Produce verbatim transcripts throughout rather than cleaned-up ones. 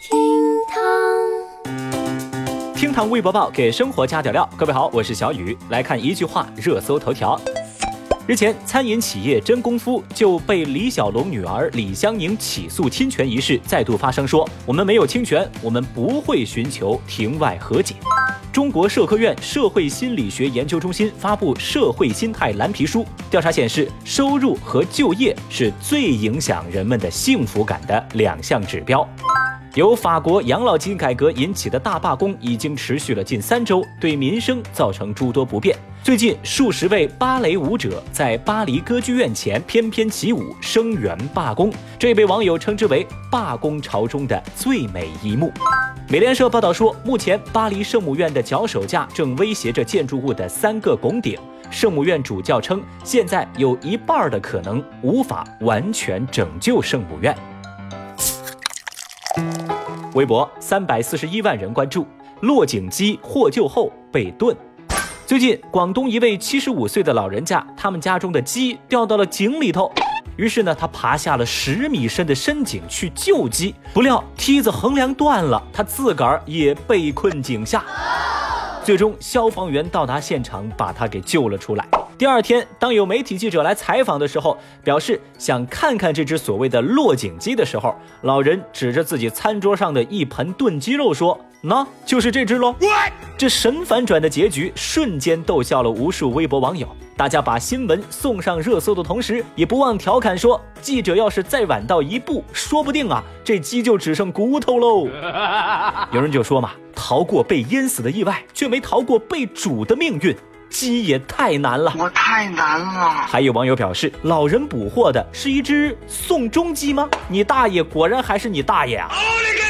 厅堂， 厅堂微博报给生活加点料。各位好，我是小雨，来看一句话热搜头条。日前，餐饮企业真功夫就被李小龙女儿李香凝起诉侵权一事再度发声说，我们没有侵权，我们不会寻求庭外和解。中国社科院社会心理学研究中心发布社会心态蓝皮书，调查显示，收入和就业是最影响人们的幸福感的两项指标。由法国养老金改革引起的大罢工已经持续了近三周，对民生造成诸多不便。最近，数十位芭蕾舞者在巴黎歌剧院前翩翩起舞，声援罢工，这被网友称之为罢工潮中的最美一幕。美联社报道说，目前巴黎圣母院的脚手架正威胁着建筑物的三个拱顶。圣母院主教称，现在有一半的可能无法完全拯救圣母院。微博三百四十一万人关注，落井鸡获救后被炖。最近，广东一位七十五岁的老人家，他们家中的鸡掉到了井里头，于是呢，他爬下了十米深的深井去救鸡，不料梯子横梁断了，他自个儿也被困井下。最终，消防员到达现场，把他给救了出来。第二天，当有媒体记者来采访的时候，表示想看看这只所谓的落井鸡的时候，老人指着自己餐桌上的一盆炖鸡肉说：“那就是这只喽。”这神反转的结局瞬间逗笑了无数微博网友。大家把新闻送上热搜的同时，也不忘调侃说，记者要是再晚到一步，说不定啊，这鸡就只剩骨头喽。有人就说嘛，逃过被淹死的意外，却没逃过被煮的命运。鸡也太难了， 我太难了。 还有网友表示，老人捕获的是一只宋仲基吗？你大爷果然还是你大爷啊！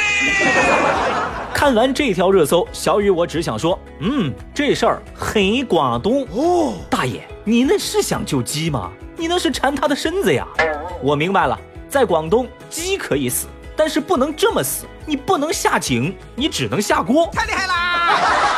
看完这条热搜，小雨我只想说，嗯，这事儿很广东哦。大爷，你那是想救鸡吗？你那是馋他的身子呀！我明白了，在广东，鸡可以死，但是不能这么死，你不能下井，你只能下锅。太厉害啦！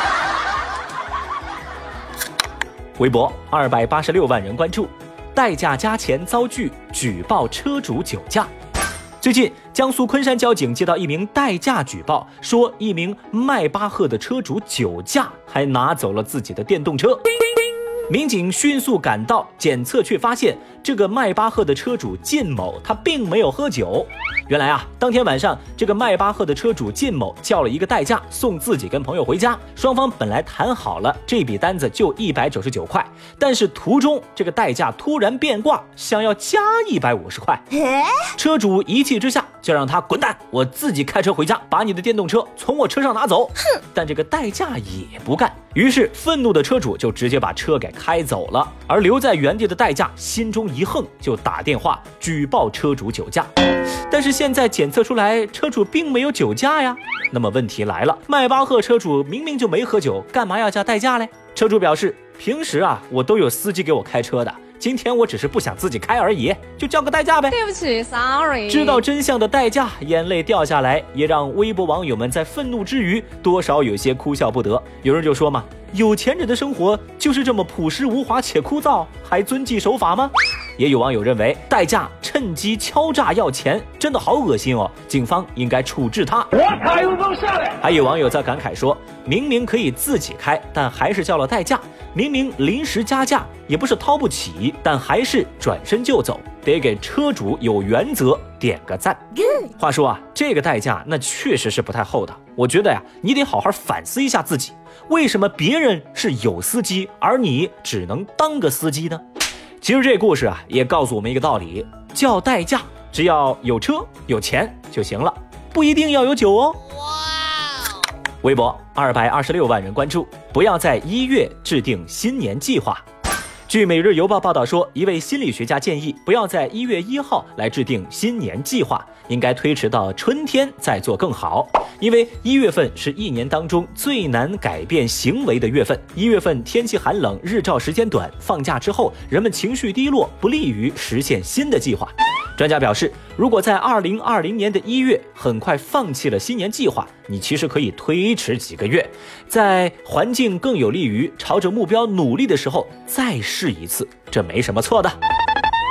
微博二百八十六万人关注，代驾加钱遭拒，举报车主酒驾。最近，江苏昆山交警接到一名代驾举报，说一名迈巴赫的车主酒驾，还拿走了自己的电动车。民警迅速赶到检测，却发现这个迈巴赫的车主靳某他并没有喝酒。原来啊，当天晚上这个迈巴赫的车主靳某叫了一个代驾送自己跟朋友回家，双方本来谈好了这笔单子就一百九十九块，但是途中这个代驾突然变卦，想要加一百五十块。车主一气之下就让他滚蛋，我自己开车回家，把你的电动车从我车上拿走。哼！但这个代驾也不干，于是愤怒的车主就直接把车给开走了，而留在原地的代驾心中一横，就打电话举报车主酒驾。但是现在检测出来车主并没有酒驾呀，那么问题来了，迈巴赫车主明明就没喝酒，干嘛要叫代驾嘞？车主表示，平时啊我都有司机给我开车的，今天我只是不想自己开而已，就叫个代驾呗。 对不起 ，sorry。 知道真相的代驾眼泪掉下来，也让微博网友们在愤怒之余，多少有些哭笑不得。有人就说嘛，有钱人的生活就是这么朴实无华且枯燥，还遵纪守法吗？也有网友认为，代驾趁机敲诈要钱，真的好恶心哦，警方应该处置他。我卡又能下来。还有网友在感慨说，明明可以自己开，但还是叫了代驾；明明临时加价，也不是掏不起，但还是转身就走，得给车主有原则点个赞。话说啊，这个代驾那确实是不太厚道。我觉得呀，你得好好反思一下自己，为什么别人是有司机，而你只能当个司机呢？其实这故事啊，也告诉我们一个道理，叫代驾只要有车有钱就行了，不一定要有酒哦。微博二百二十六万人关注，不要在一月制定新年计划。据每日邮报报道说，一位心理学家建议不要在一月一号来制定新年计划，应该推迟到春天再做更好。因为一月份是一年当中最难改变行为的月份，一月份天气寒冷，日照时间短，放假之后人们情绪低落，不利于实现新的计划。专家表示，如果在二零二零年的一月很快放弃了新年计划，你其实可以推迟几个月，在环境更有利于朝着目标努力的时候再试一次，这没什么错的。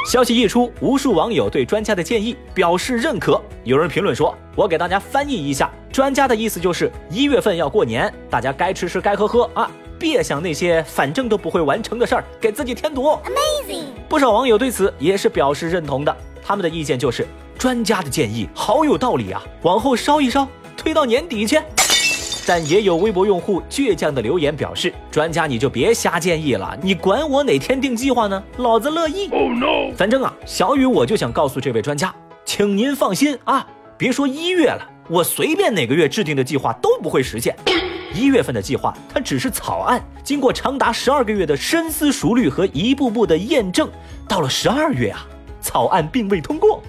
消息一出，无数网友对专家的建议表示认可。有人评论说：“我给大家翻译一下，专家的意思就是一月份要过年，大家该吃吃该喝喝啊，别想那些反正都不会完成的事儿，给自己添堵。” Amazing！ 不少网友对此也是表示认同的，他们的意见就是：专家的建议好有道理啊，往后烧一烧，推到年底去。但也有微博用户倔强的留言表示：“专家你就别瞎建议了，你管我哪天定计划呢？老子乐意。” Oh no！ 反正啊，小雨我就想告诉这位专家，请您放心啊，别说一月了，我随便哪个月制定的计划都不会实现。一月份的计划它只是草案，经过长达十二个月的深思熟虑和一步步的验证，到了十二月啊，草案并未通过。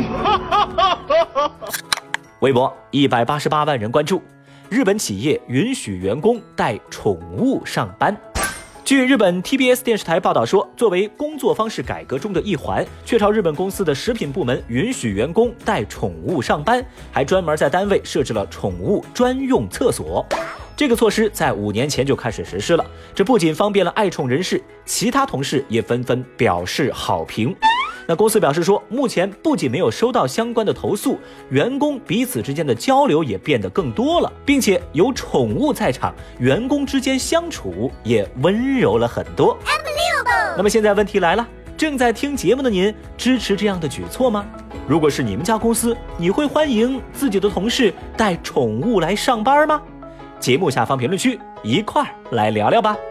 微博一百八十八万人关注。日本企业允许员工带宠物上班。据日本 T B S 电视台报道说，作为工作方式改革中的一环，雀巢日本公司的食品部门允许员工带宠物上班，还专门在单位设置了宠物专用厕所。这个措施在五年前就开始实施了，这不仅方便了爱宠人士，其他同事也纷纷表示好评。那公司表示说，目前不仅没有收到相关的投诉，员工彼此之间的交流也变得更多了，并且有宠物在场，员工之间相处也温柔了很多。那么现在问题来了，正在听节目的您支持这样的举措吗？如果是你们家公司，你会欢迎自己的同事带宠物来上班吗？节目下方评论区一块儿来聊聊吧。